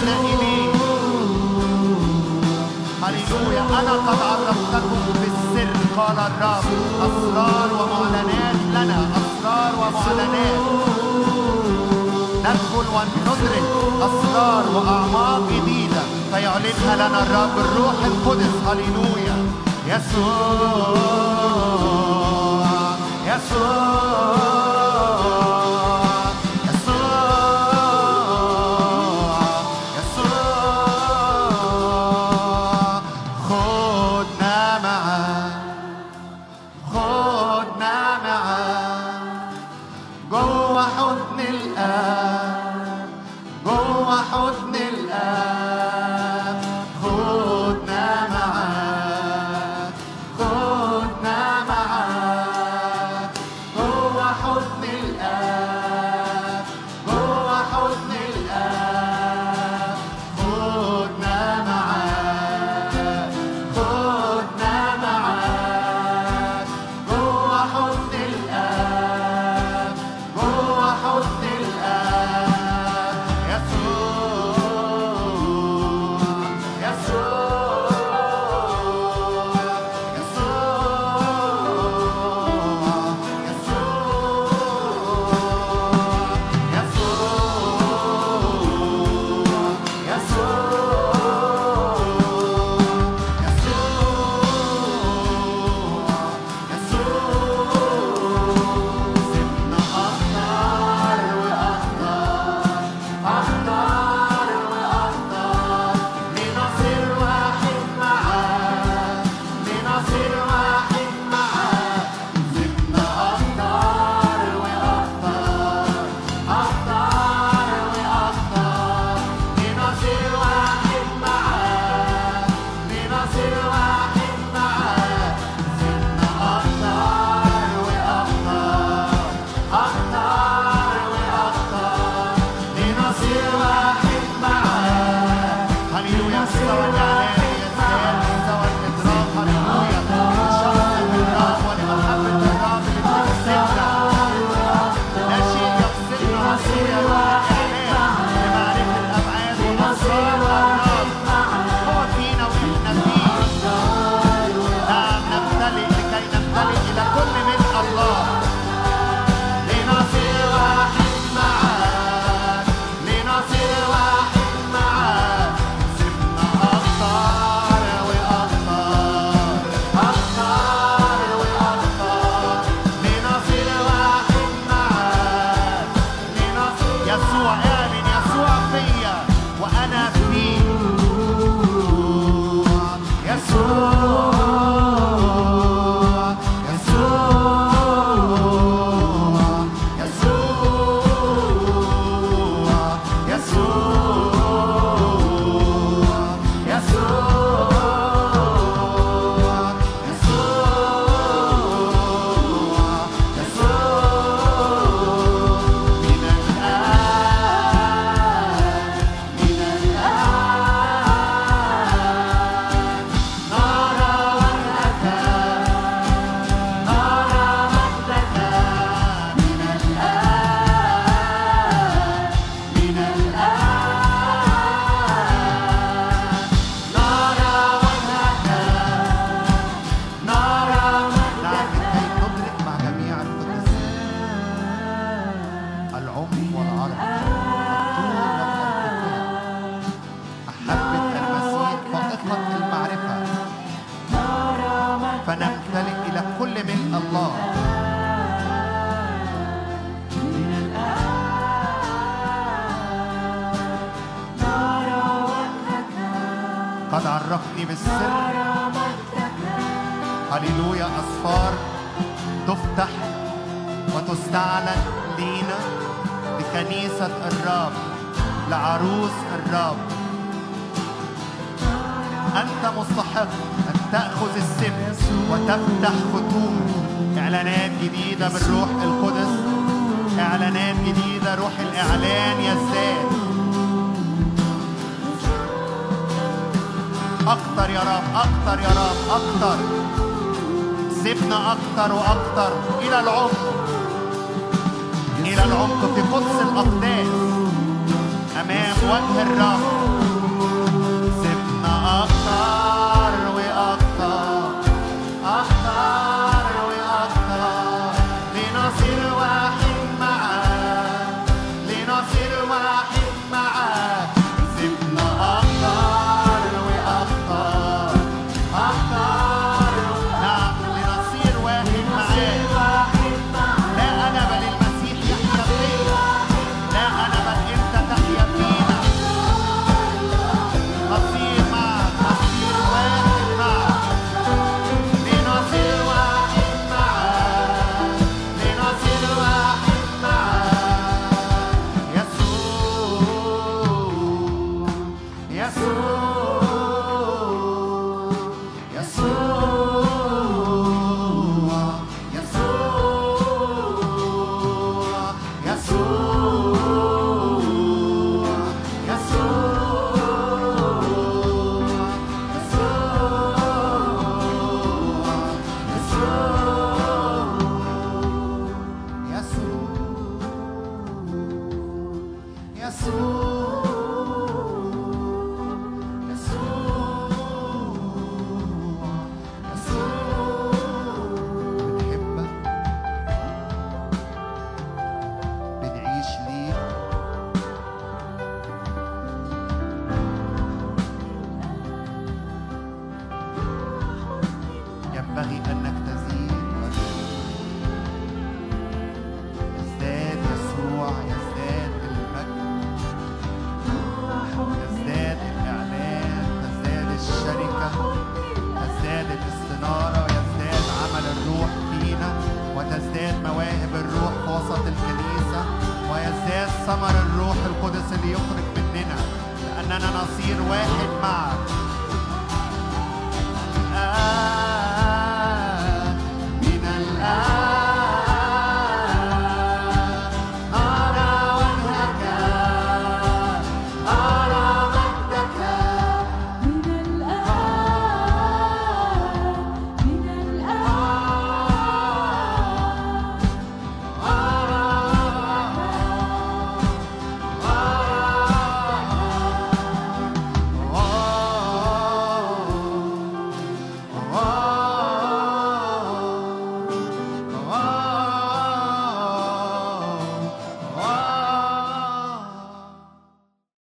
النائمين. هللويا. أنا قد عرفتكم بالسر قال الرب، أسرار ومعلنات لنا، أسرار ومعلنات. ندخل وندرك أسرار وأعماق جديدة فيعلنها لنا الرب الروح القدس. هللويا. يسوع يسوع قد عرفني بالسر. هللويا. أسفار تفتح وتستعلن لينا لكنيسة الرب، لعروس الرب. أنت مستحق أن تأخذ السبت وتفتح ختوم إعلانات جديدة بالروح القدس، إعلانات جديدة. روح الإعلان يزداد. أكتر يا رب، أكتر يا رب، أكتر. سيبنا أكتر وأكتر إلى العمق، إلى العمق في قدس الأقداس، أمام وجه الرب. سيبنا أكتر وأكتر، أكتر وأكتر، لنصير واحد معاك، لنصير واحد معاك. سيبنا أكتر وأكتر، أكتر، نعم، لنصير واحد معاك. لا أنا بل المسيح يحيا فيا، لا أنا بل أنت تحيا فينا. نصير معك، نصير واحد معك، لنصير واحد معك، لنصير واحد معك. يسوع، يسوع، ينبغي أنك تزيد يزداد يسوع، يزداد المجد، يزداد الإعلان، تزداد الشركة، تزداد الاستنارة، يزداد عمل الروح فينا، وتزداد مواهب الروح في وسط الكنيسة، ويزداد ثمر الروح القدس اللي يخرج مننا، لأننا نصير واحد معك.